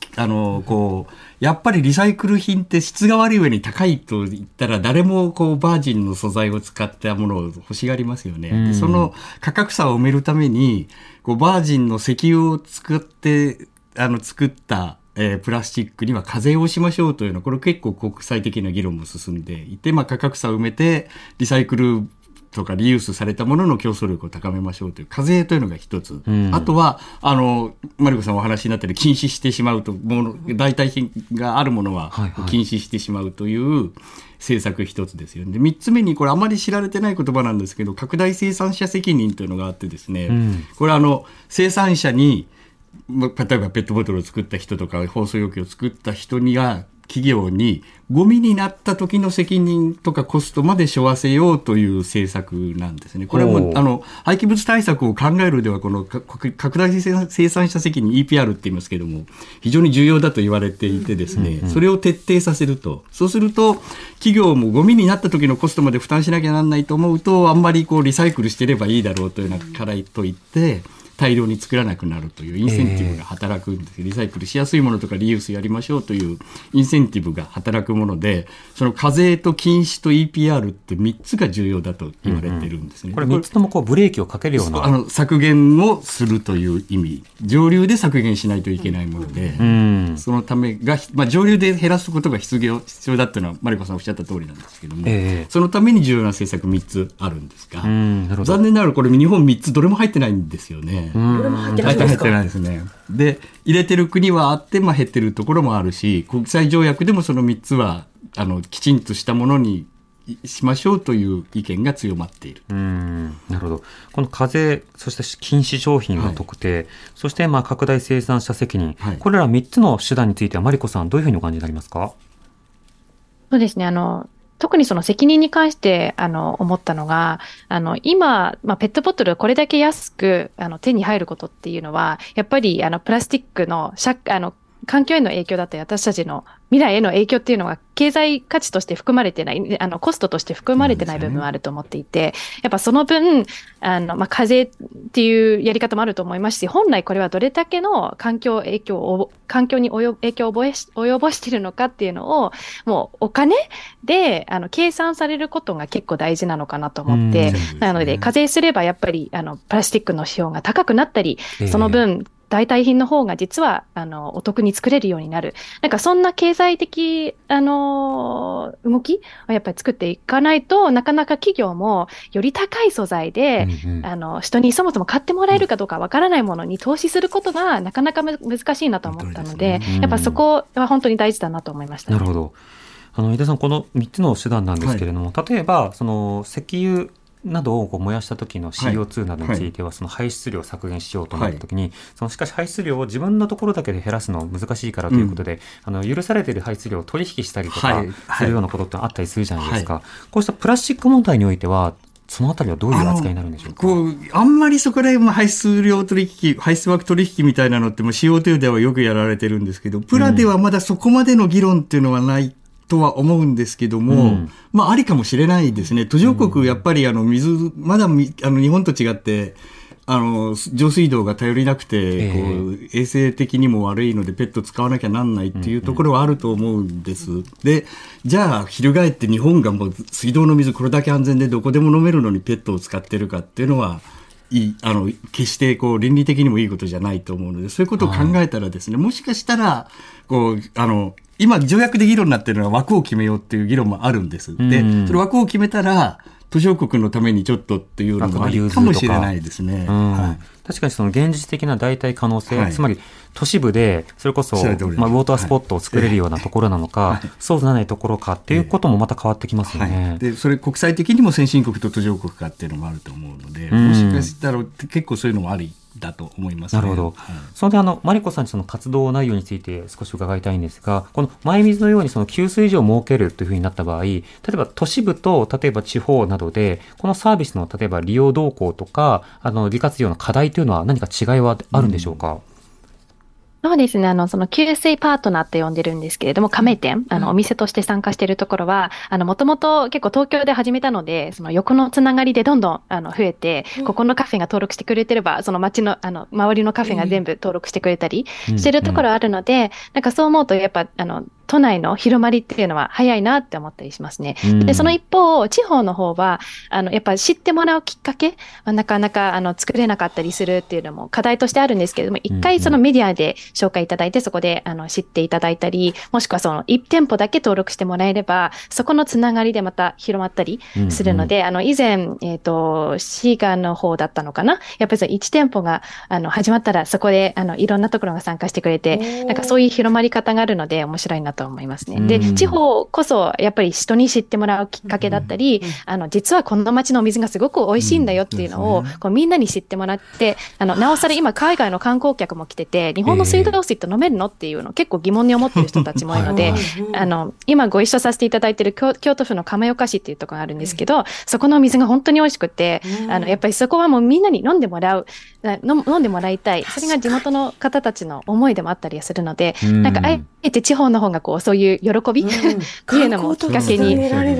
やっぱりリサイクル品って質が悪い上に高いと言ったら誰もバージンの素材を使ったものを欲しがりますよね。でその価格差を埋めるためにバージンの石油を使って作ったプラスチックには課税をしましょうというのはこれ結構国際的な議論も進んでいて、価格差を埋めてリサイクルとかリユースされたものの競争力を高めましょうという課税というのが一つ、あとはマリコさんお話になっている禁止してしまうと代替品があるものは禁止してしまうという政策一つですよね。で3つ目にこれあまり知られてない言葉なんですけど拡大生産者責任というのがあってですね、これ生産者に例えばペットボトルを作った人とか包装容器を作った人には企業にゴミになった時の責任とかコストまで背負わせようという政策なんですね。これも廃棄物対策を考えるではこの拡大生産者責任 EPR って言いますけども非常に重要だと言われていてですね、それを徹底させると、そうすると企業もゴミになった時のコストまで負担しなきゃならないと思うとあんまりリサイクルしてればいいだろうというような課題といって大量に作らなくなるというインセンティブが働くんです。リサイクルしやすいものとかリユースやりましょうというインセンティブが働くもので、その課税と禁止と EPR って3つが重要だと言われているんですね。 これ3つともブレーキをかけるような削減をするという意味、上流で削減しないといけないもので、そのためが、上流で減らすことが必要だというのはマリコさんおっしゃった通りなんですけども、そのために重要な政策3つあるんですが、残念ながらこれ日本3つどれも入ってないんですよね。 どれも入ってないですか？ 入ってないですね。で入れてる国はあって、減ってるところもあるし、国際条約でもその3つはきちんとしたものにしましょうという意見が強まっている。 なるほど。この課税、そして禁止商品の特定、そして拡大生産者責任、これら3つの手段についてはマリコさんどういうふうにお感じになりますか？ そうですね。特にその責任に関して思ったのが今、ペットボトルこれだけ安く手に入ることっていうのはやっぱりプラスチックの環境への影響だったり私たちの未来への影響っていうのは経済価値として含まれてないコストとして含まれてない部分はあると思っていて、やっぱその分課税っていうやり方もあると思いますし、本来これはどれだけの環境に影響を及ぼしているのかっていうのをもうお金で計算されることが結構大事なのかなと思って、なので課税すればやっぱりプラスチックの使用が高くなったり、その分代替品の方が実はお得に作れるようになる。そんな経済的動きをやっぱり作っていかないとなかなか企業もより高い素材で、人にそもそも買ってもらえるかどうかわからないものに投資することがなかなか難しいなと思ったので、やっぱそこは本当に大事だなと思いました、ね。 なるほど。井田さん、この3つの手段なんですけれども、例えばその石油などを燃やした時の CO2 などについてはその排出量を削減しようとなった時に、しかし排出量を自分のところだけで減らすのは難しいからということで、許されている排出量を取引したりとかするようなことってあったりするじゃないですか。こうしたプラスチック問題においてはそのあたりはどういう扱いになるんでしょうか？ あんまりそこら辺排出量取引、排出枠取引みたいなのってもう CO2 ではよくやられてるんですけど、プラではまだそこまでの議論っていうのはないとは思うんですけども、ありかもしれないですね。途上国、やっぱり水、まだ日本と違って、上水道が頼りなくて、衛生的にも悪いのでペット使わなきゃなんないっていうところはあると思うんです。で、じゃあ、翻って日本がもう水道の水これだけ安全でどこでも飲めるのにペットを使ってるかっていうのは、決して倫理的にもいいことじゃないと思うので、そういうことを考えたらですね、もしかしたら、今条約で議論になっているのは枠を決めようっていう議論もあるんです。で、それ枠を決めたら途上国のためにちょっとっていうのもありかもしれないですね。 確かにその現実的な代替可能性、つまり都市部でそれこそウォータースポットを作れるようなところなのか、そうじゃないところかっていうこともまた変わってきますよね。 で、それ国際的にも先進国と途上国かっていうのもあると思うので、もしかしたら結構そういうのもありだと思いますね。 なるほど。それでマリコさんにその活動内容について少し伺いたいんですが、このマイミズのようにその給水所を設けるというふうになった場合、例えば都市部と例えば地方などでこのサービスの例えば利用動向とか利活用の課題というのは何か違いはあるんでしょうか？ そうですね。その給水パートナーと呼んでるんですけれども、加盟店、お店として参加しているところは、もともと結構東京で始めたので、その横のつながりでどんどん、増えて、ここのカフェが登録してくれてれば、その街の、周りのカフェが全部登録してくれたりしてるところあるので、なんかそう思うと、やっぱ、都内の広まりっていうのは早いなって思ったりしますね。で、その一方、地方の方は、やっぱ知ってもらうきっかけはなかなか、作れなかったりするっていうのも課題としてあるんですけれども、一回そのメディアで紹介いただいて、そこで、知っていただいたり、もしくはその1店舗だけ登録してもらえれば、そこのつながりでまた広まったりするので、以前、シーガンの方だったのかな、やっぱりその1店舗が、始まったら、そこで、いろんなところが参加してくれて、なんかそういう広まり方があるので、面白いなと思いますね。で、地方こそ、やっぱり人に知ってもらうきっかけだったり、実はこの街のお水がすごく美味しいんだよっていうのを、こうみんなに知ってもらって、なおさら今海外の観光客も来てて、日本の水道水って飲めるのっていうのを結構疑問に思ってる人たちも多いので、今ご一緒させていただいている京都府の亀岡市っていうところがあるんですけど、そこのお水が本当に美味しくて、やっぱりそこはもうみんなに飲んでもらいたい。それが地元の方たちの思いでもあったりするので、なんかあえて地方の方がこう、そういう喜びっていうのもきっかけに。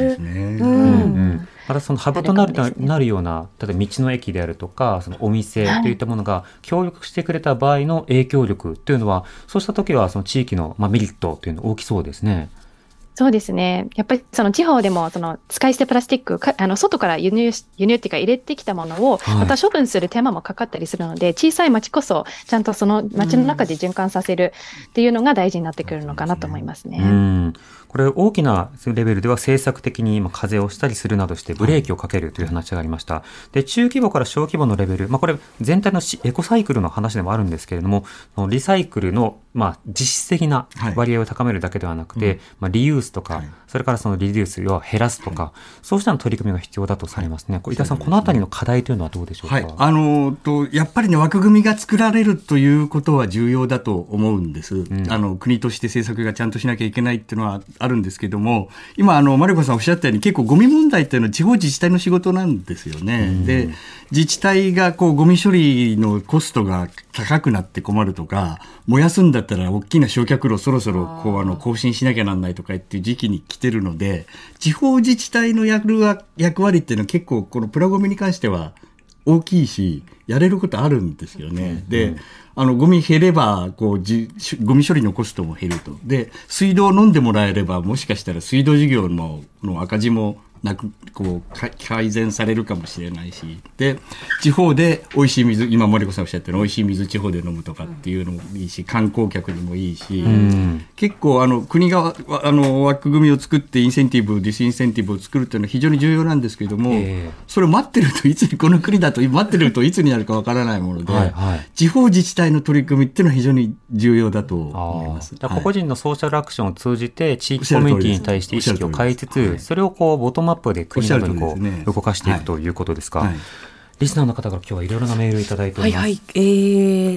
またそのハブとなるような、例えば道の駅であるとか、そのお店といったものが協力してくれた場合の影響力というのは、そうした時はその地域のメリットというのは大きそうですね。 そうですね。やっぱりその地方でもその使い捨てプラスチック外から輸入っていうか入れてきたものをまた処分する手間もかかったりするので、小さい町こそちゃんとその町の中で循環させるっていうのが大事になってくるのかなと思いますね。 これ大きなレベルでは政策的に課税をしたりするなどしてブレーキをかけるという話がありました。で、中規模から小規模のレベル、これ全体のエコサイクルの話でもあるんですけれども、リサイクルの実質的な割合を高めるだけではなくて、リユースとか、それからそのリデュースを減らすとか、そうしたの取り組みが必要だとされますね。伊田さん、このあたりの課題というのはどうでしょうか。 やっぱりね、枠組みが作られるということは重要だと思うんです。国として政策がちゃんとしなきゃいけないっていうのはあるんですけども、今マリコさんおっしゃったように結構ゴミ問題っていうのは地方自治体の仕事なんですよね。で、自治体がこうゴミ処理のコストが高くなって困るとか、燃やすんだったら大きな焼却炉そろそろ更新しなきゃなんないとかっていう時期に来てるので、地方自治体のやる役割っていうのは結構このプラゴミに関しては大きいし、やれることあるんですよね。で、ゴミ減ればゴミ処理のコストも減ると。で、水道を飲んでもらえれば、もしかしたら水道事業の赤字もなく改善されるかもしれないし、で、地方で美味しい水、今マリコさんおっしゃったように美味しい水地方で飲むとかっていうのもいいし、観光客にもいいし、結構国が枠組みを作ってインセンティブ、ディスインセンティブを作るっていうのは非常に重要なんですけれども、それを待ってるといつに、この国だと待ってるといつになるかわからないもので、地方自治体の取り組みっていうのは非常に重要だと思います。 個々人のソーシャルアクションを通じて地域コミュニティに対して意識を変えつつ、それをボトムアップで国などに動かしていくということですか。リスナーの方から今日はいろいろなメールをいただいております。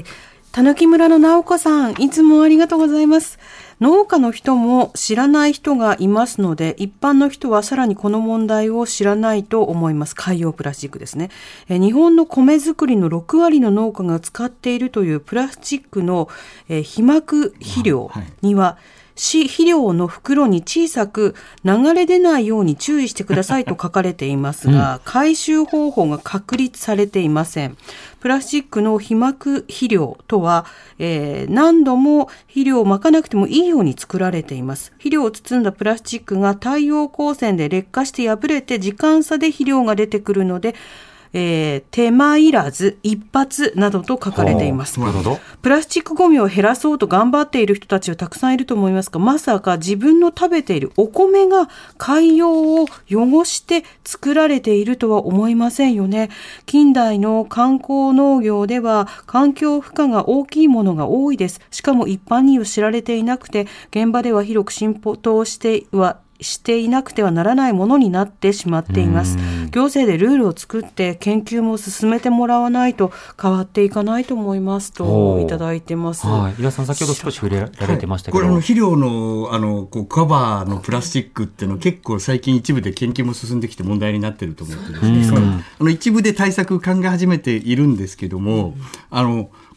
たぬき村の直子さん、いつもありがとうございます。農家の人も知らない人がいますので、一般の人はさらにこの問題を知らないと思います。海洋プラスチックですね。日本の米作りの6割の農家が使っているというプラスチックの、被膜肥料には、肥料の袋に小さく流れ出ないように注意してくださいと書かれていますが、回収方法が確立されていません。プラスチックの被膜肥料とは、何度も肥料をまかなくてもいいように作られています。肥料を包んだプラスチックが太陽光線で劣化して破れて時間差で肥料が出てくるので、手間いらず一発などと書かれています。プラスチックゴミを減らそうと頑張っている人たちはたくさんいると思いますが、まさか自分の食べているお米が海洋を汚して作られているとは思いませんよね。近代の観光農業では環境負荷が大きいものが多いです。しかも一般には知られていなくて、現場では広く浸透していなくてはならないものになってしまっています。行政でルールを作って研究も進めてもらわないと変わっていかないと思いますといただいてます。 伊田さん、先ほど少し触れられてましたけど、 これ肥料のカバーのプラスチックっていうのは結構最近一部で研究も進んできて問題になっていると思ってですね、一部で対策考え始めているんですけども、こ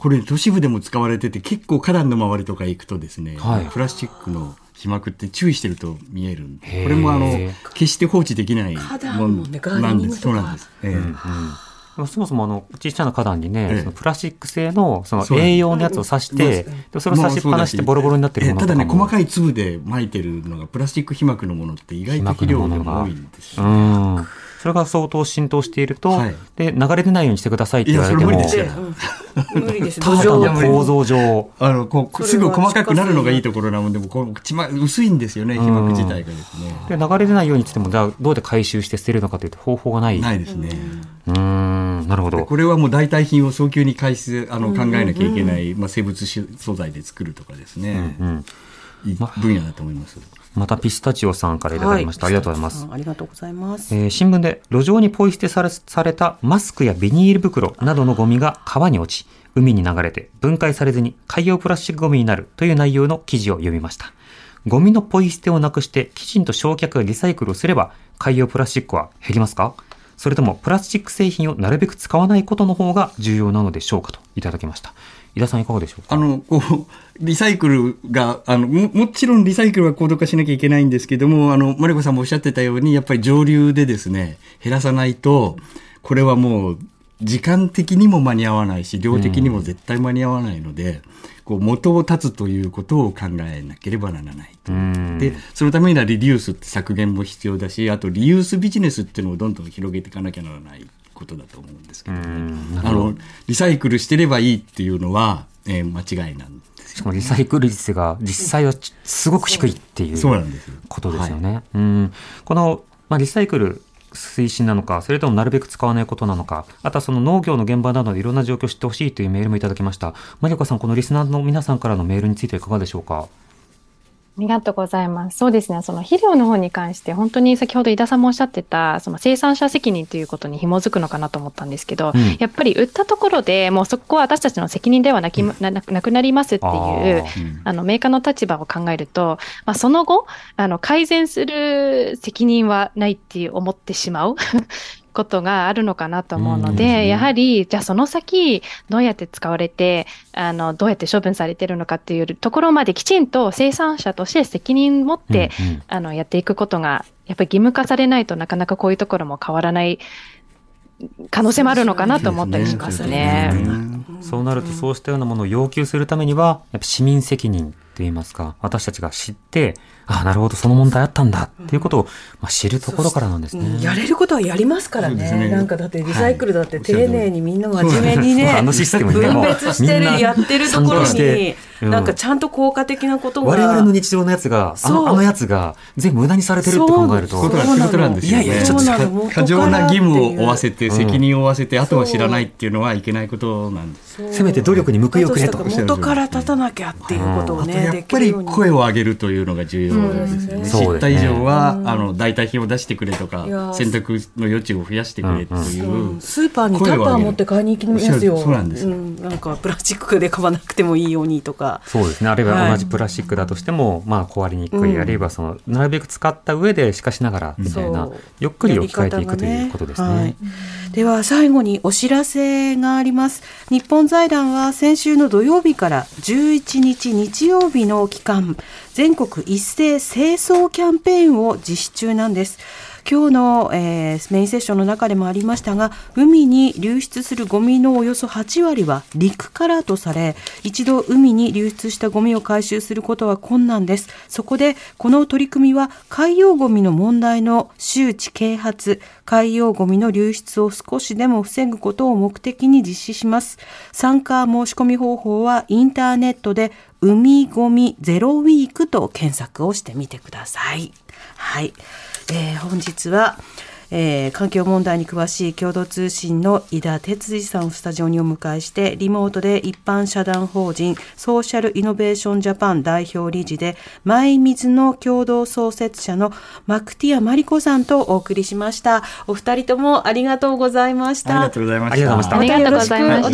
これ都市部でも使われてて、結構花壇の周りとか行くとですね、 はい、 プラスチックの被膜って注意してると見えるんで、これも決して放置できないものなんです。そうなんです。 そもそも小さな花壇にね、そのプラスチック製のその栄養のやつを刺して、それを刺しっぱなしでボロボロになってるものとかも、 ただね、細かい粒で巻いてるのがプラスチック被膜のものって意外と肥料が多いんですよね。 それが相当浸透していると、はい、で流れ出ないようにしてくださいって言われても、 無理です。 土壌の構造上すぐ細かくなるのがいいところなので、薄いんですよね、被膜自体がですね。 で流れ出ないようにって言っても、じゃあどうやって回収して捨てるのかというと方法がない。 ないですね。 なるほど。 これはもう代替品を早急に考えなきゃいけない、生物素材で作るとかですね、いい分野だと思います。 またピスタチオさんからいただきました。ありがとうございます。 ありがとうございます。 新聞で路上にポイ捨てされたマスクやビニール袋などのゴミが川に落ち、海に流れて分解されずに海洋プラスチックゴミになるという内容の記事を読みました。ゴミのポイ捨てをなくしてきちんと焼却やリサイクルをすれば海洋プラスチックは減りますか？それともプラスチック製品をなるべく使わないことの方が重要なのでしょうかといただきました。井田さんいかがでしょうか？ リサイクルが、もちろんリサイクルは高度化しなきゃいけないんですけども、マリコさんもおっしゃってたように、やっぱり上流でですね、減らさないと、これはもう、時間的にも間に合わないし、量的にも絶対間に合わないので、元を断つということを考えなければならないと。で、そのためにはリデュースって削減も必要だし、あとリユースビジネスっていうのをどんどん広げていかなきゃならないことだと思うんですけどね。リサイクルしてればいいっていうのは、間違いなんですよ。 しかもリサイクル率が実際はすごく低いっていうことですよね。この、リサイクル推進なのか、それともなるべく使わないことなのか、あとはその農業の現場などでいろんな状況を知ってほしいというメールもいただきました。マリコさん、このリスナーの皆さんからのメールについてはいかがでしょうか？ ありがとうございます。そうですね。その肥料の方に関して、本当に先ほど井田さんもおっしゃってた、その生産者責任ということに紐づくのかなと思ったんですけど、やっぱり売ったところでもうそこは私たちの責任ではなくなりますっていう、メーカーの立場を考えると、その後、改善する責任はないって思ってしまう。ことがあるのかなと思うので、やはり、じゃあその先、どうやって使われて、どうやって処分されているのかっていうところまできちんと生産者として責任を持って、やっていくことが、やっぱり義務化されないとなかなかこういうところも変わらない可能性もあるのかなと思ったりしますね。 そうなると、そうしたようなものを要求するためには、やっぱ市民責任といいますか、私たちが知って、なるほど、その問題あったんだっていうことを、知るところからなんですね。 やれることはやりますからね。なんかだってリサイクルだって丁寧にみんな真面目にね、 システムに分別してるやってるところに、なんかちゃんと効果的なことが。 我々の日常のやつが、あのやつが全部無駄にされてるって考えると。 そういうことなんですよね。ちょっと過剰な義務を負わせて、責任を負わせて、あとは知らないっていうのはいけないことなんです。 せめて努力に報いをくれと。 元から立たなきゃっていうことをね、 やっぱり声を上げるというのが重要ですよね。知った以上は、代替品を出してくれとか、選択の余地を増やしてくれという。 スーパーにタッパー持って買いに行きますよ。 そうなんです。 なんかプラスチックで買わなくてもいいようにとか。 そうですね。あるいは同じプラスチックだとしても、壊れにくい、あるいはなるべく使った上でしかしながらみたいな、ゆっくり置き換えていくということですね。 では最後にお知らせがあります。日本財団は先週の土曜日から11日日曜日の期間、全国一斉清掃キャンペーンを実施中なんです。今日の、メインセッションの中でもありましたが、海に流出するゴミのおよそ8割は陸からとされ、一度海に流出したゴミを回収することは困難です。そこでこの取り組みは海洋ゴミの問題の周知啓発、海洋ゴミの流出を少しでも防ぐことを目的に実施します。参加申し込み方法はインターネットで海ゴミゼロウィークと検索をしてみてください。はい。本日は、環境問題に詳しい共同通信の井田哲司さんをスタジオにお迎えして、リモートで一般社団法人ソーシャルイノベーションジャパン代表理事でマイミズの共同創設者のマクティアマリコさんとお送りしました。お二人ともありがとうございました。 ありがとうございました。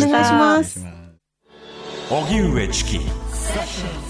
ありがとうございました。 またよろしくお願いします。 荻上チキ